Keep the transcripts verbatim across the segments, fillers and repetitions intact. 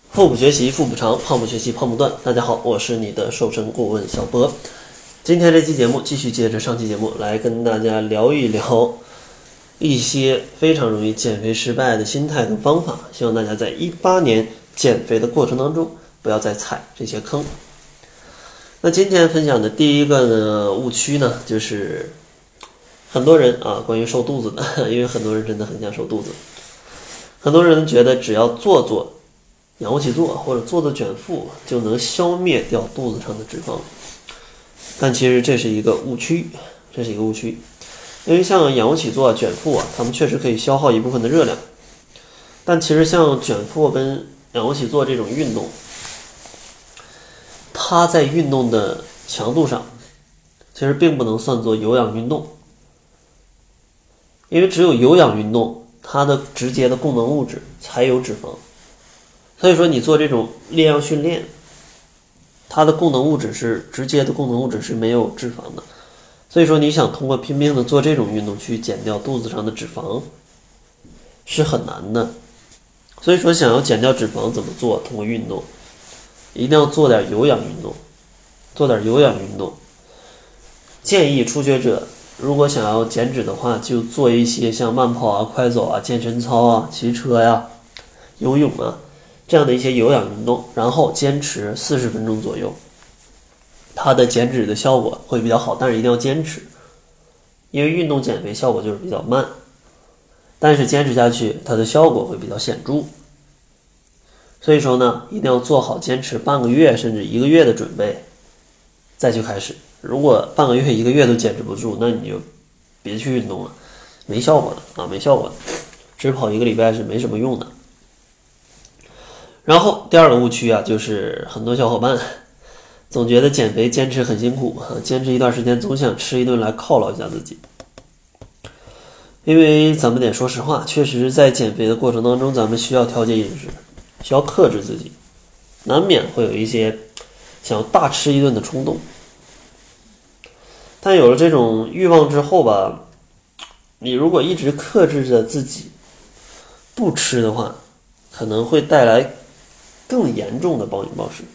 腹部学习腹部长，胖不学习胖不断。大家好，我是你的瘦身顾问小博。今天这期节目继续接着上期节目来跟大家聊一聊一些非常容易减肥失败的心态跟方法，希望大家在一八年减肥的过程当中不要再踩这些坑。那今天分享的第一个呢误区呢，就是很多人啊关于瘦肚子的，因为很多人真的很想瘦肚子，很多人觉得只要做做仰卧起坐或者做做卷腹就能消灭掉肚子上的脂肪，但其实这是一个误区，这是一个误区。因为像仰卧起坐、卷腹啊，它们确实可以消耗一部分的热量，但其实像卷腹跟仰卧起坐这种运动，它在运动的强度上，其实并不能算作有氧运动，因为只有有氧运动，它的直接的供能物质才有脂肪。所以说你做这种力量训练，它的供能物质是直接的供能物质是没有脂肪的，所以说你想通过拼命的做这种运动去减掉肚子上的脂肪是很难的。所以说想要减掉脂肪怎么做？通过运动，一定要做点有氧运动，做点有氧运动。建议初学者如果想要减脂的话，就做一些像慢跑啊、快走啊、健身操啊、骑车呀、游泳啊这样的一些有氧运动，然后坚持四十分钟左右，它的减脂的效果会比较好，但是一定要坚持，因为运动减肥效果就是比较慢，但是坚持下去它的效果会比较显著。所以说呢，一定要做好坚持半个月甚至一个月的准备再去开始。如果半个月一个月都坚持不住，那你就别去运动了，没效果的啊，没效果的，只跑一个礼拜是没什么用的。然后第二个误区啊，就是很多小伙伴总觉得减肥坚持很辛苦，坚持一段时间总想吃一顿来犒劳一下自己。因为咱们得说实话，确实在减肥的过程当中，咱们需要调节饮食，需要克制自己，难免会有一些想要大吃一顿的冲动。但有了这种欲望之后吧，你如果一直克制着自己不吃的话，可能会带来更严重的暴饮暴食。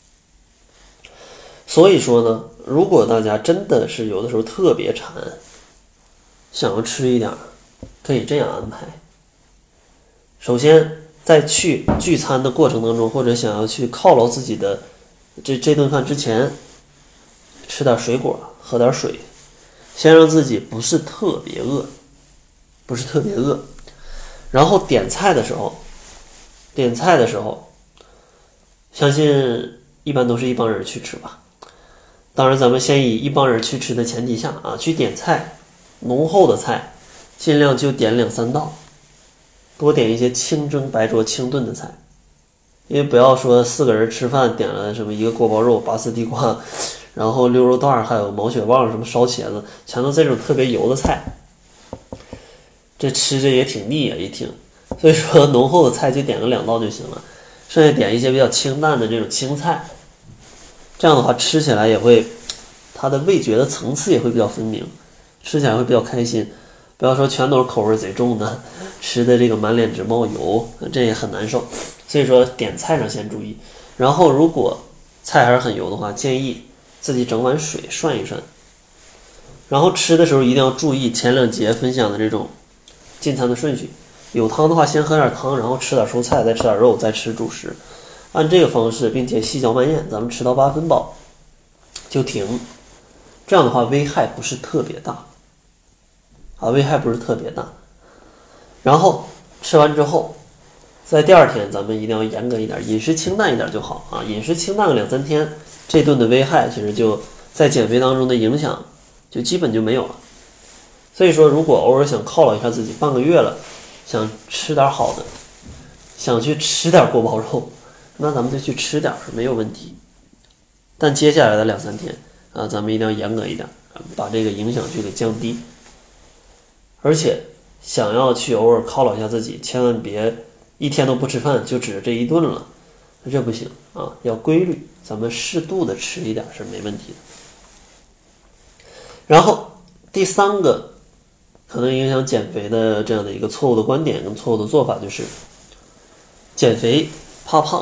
所以说呢，如果大家真的是有的时候特别馋，想要吃一点，可以这样安排。首先在去聚餐的过程当中，或者想要去犒劳自己的这这顿饭之前，吃点水果，喝点水，先让自己不是特别饿，不是特别饿。然后点菜的时候，点菜的时候，相信一般都是一帮人去吃吧。当然咱们先以一帮人去吃的前提下啊，去点菜，浓厚的菜尽量就点两三道，多点一些清蒸白灼清炖的菜。因为不要说四个人吃饭点了什么一个锅包肉、拔丝地瓜，然后溜肉段，还有毛血旺，什么烧茄子，全都这种特别油的菜，这吃着也挺腻啊，一听。所以说浓厚的菜就点个两道就行了，剩下点一些比较清淡的这种青菜，这样的话吃起来也会，它的味觉的层次也会比较分明，吃起来会比较开心。不要说全都是口味贼重的，吃的这个满脸直冒油，这也很难受。所以说点菜上先注意，然后如果菜还是很油的话，建议自己整碗水涮一涮。然后吃的时候一定要注意前两节分享的这种进餐的顺序，有汤的话先喝点汤，然后吃点蔬菜，再吃点肉，再吃主食，按这个方式并且细嚼慢咽，咱们吃到八分饱就停。这样的话危害不是特别大啊，危害不是特别大。然后吃完之后，在第二天咱们一定要严格一点，饮食清淡一点就好啊。饮食清淡个两三天，这顿的危害其实就在减肥当中的影响就基本就没有了。所以说如果偶尔想犒劳一下自己，半个月了想吃点好的，想去吃点锅包肉，那咱们就去吃点是没有问题。但接下来的两三天啊，咱们一定要严格一点，把这个影响去给降低。而且想要去偶尔犒劳一下自己，千万别一天都不吃饭就指着这一顿了，这不行啊，要规律，咱们适度的吃一点是没问题的。然后第三个可能影响减肥的这样的一个错误的观点跟错误的做法，就是减肥怕胖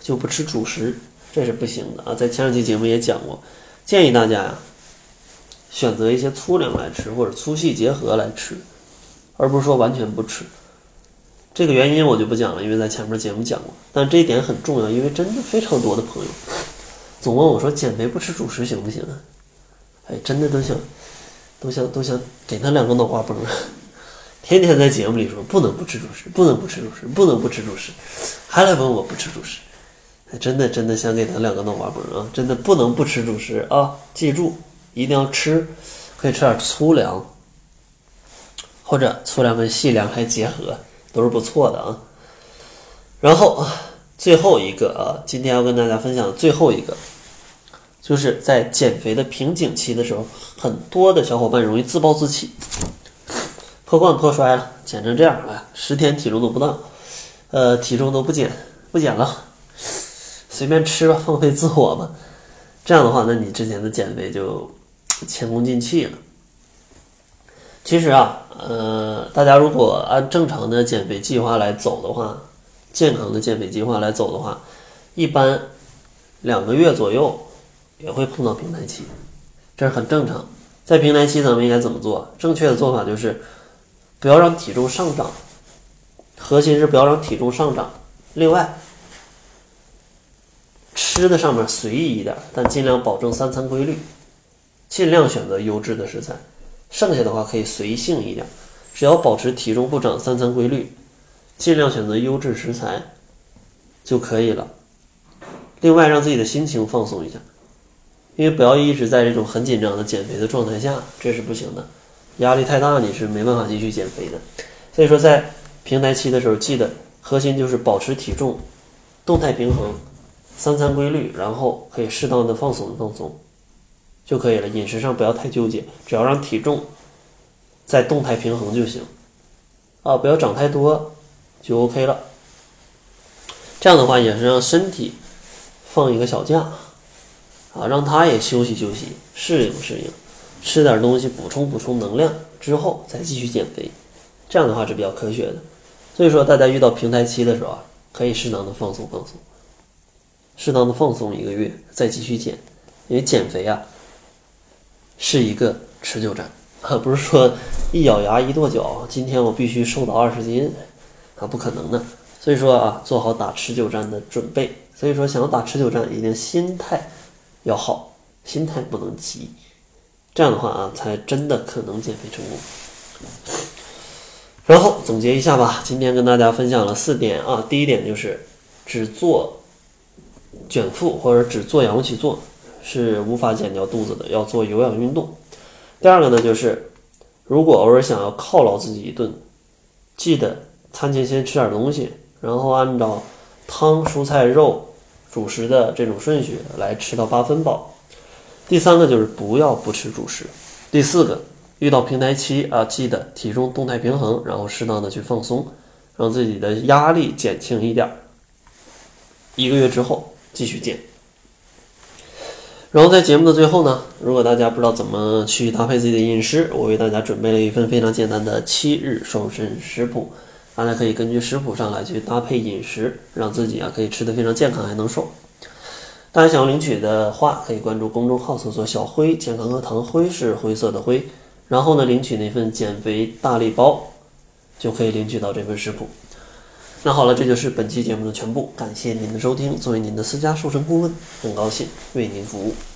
就不吃主食，这是不行的啊。在前两期节目也讲过，建议大家呀选择一些粗粮来吃，或者粗细结合来吃，而不是说完全不吃。这个原因我就不讲了，因为在前面节目讲过，但这一点很重要，因为真的非常多的朋友总问我说减肥不吃主食行不行啊？哎，真的都想都想都想给他两个脑瓜崩了，天天在节目里说不能不吃主食，不能不吃主食，不能不吃主食，还来问我不吃主食，哎，真的真的想给他两个脑瓜崩啊！真的不能不吃主食啊！记住，一定要吃，可以吃点粗粮，或者粗粮跟细粮还结合，都是不错的啊。然后最后一个啊，今天要跟大家分享的最后一个，就是在减肥的瓶颈期的时候，很多的小伙伴容易自暴自弃，破罐破摔了，减成这样了，十天体重都不到，呃，体重都不减，不减了，随便吃吧，放飞自我吧。这样的话，那你之前的减肥就前功尽弃了。其实啊，呃，大家如果按正常的减肥计划来走的话，健康的减肥计划来走的话，一般两个月左右也会碰到平台期，这是很正常。在平台期咱们应该怎么做？正确的做法就是不要让体重上涨，核心是不要让体重上涨。另外，吃的上面随意一点，但尽量保证三餐规律，尽量选择优质的食材，剩下的话可以随性一点，只要保持体重不涨，三餐规律，尽量选择优质食材就可以了。另外，让自己的心情放松一下，因为不要一直在这种很紧张的减肥的状态下，这是不行的，压力太大你是没办法继续减肥的。所以说在平台期的时候，记得核心就是保持体重动态平衡，三餐规律，然后可以适当的放松放松就可以了。饮食上不要太纠结，只要让体重在动态平衡就行啊，不要长太多就 OK 了。这样的话也是让身体放一个小假啊，让它也休息休息，适应适应，吃点东西补充补充能量之后再继续减肥，这样的话是比较科学的。所以说大家遇到平台期的时候啊，可以适当的放松放松，适当的放松一个月再继续减。因为减肥啊是一个持久战啊，不是说一咬牙一跺脚今天我必须瘦到二十斤啊，不可能的。所以说啊，做好打持久战的准备。所以说想要打持久战，一定心态要好，心态不能急，这样的话啊，才真的可能减肥成功。然后总结一下吧，今天跟大家分享了四点啊。第一点就是只做卷腹或者只做仰卧起坐是无法减掉肚子的，要做有氧运动。第二个呢，就是如果偶尔想要犒劳自己一顿，记得餐前先吃点东西，然后按照汤、蔬菜、肉、主食的这种顺序来吃到八分饱。第三个就是不要不吃主食。第四个，遇到平台期啊，记得体重动态平衡，然后适当的去放松，让自己的压力减轻一点，一个月之后继续减。然后在节目的最后呢，如果大家不知道怎么去搭配自己的饮食，我为大家准备了一份非常简单的七日瘦身食谱，大家可以根据食谱上来去搭配饮食，让自己啊可以吃得非常健康还能瘦。大家想要领取的话，可以关注公众号搜索小辉健康课堂，辉是灰色的灰，然后呢领取那份减肥大礼包，就可以领取到这份食谱。那好了，这就是本期节目的全部，感谢您的收听。作为您的私家瘦身顾问，很高兴为您服务。